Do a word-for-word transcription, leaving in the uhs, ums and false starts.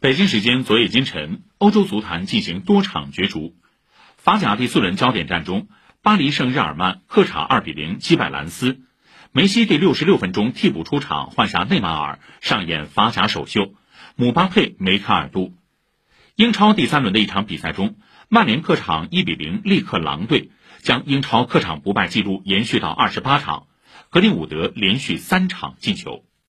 北京时间昨夜今晨，欧洲足坛进行多场角逐。法甲第四轮焦点战中，巴黎圣日耳曼客场二比零击败兰斯。梅西第六十六分钟替补出场，换下内马尔上演法甲首秀，姆巴佩梅开二度。英超第三轮的一场比赛中，曼联客场一比零力克狼队，将英超客场不败纪录延续到二十八场，格林伍德连续三场进球。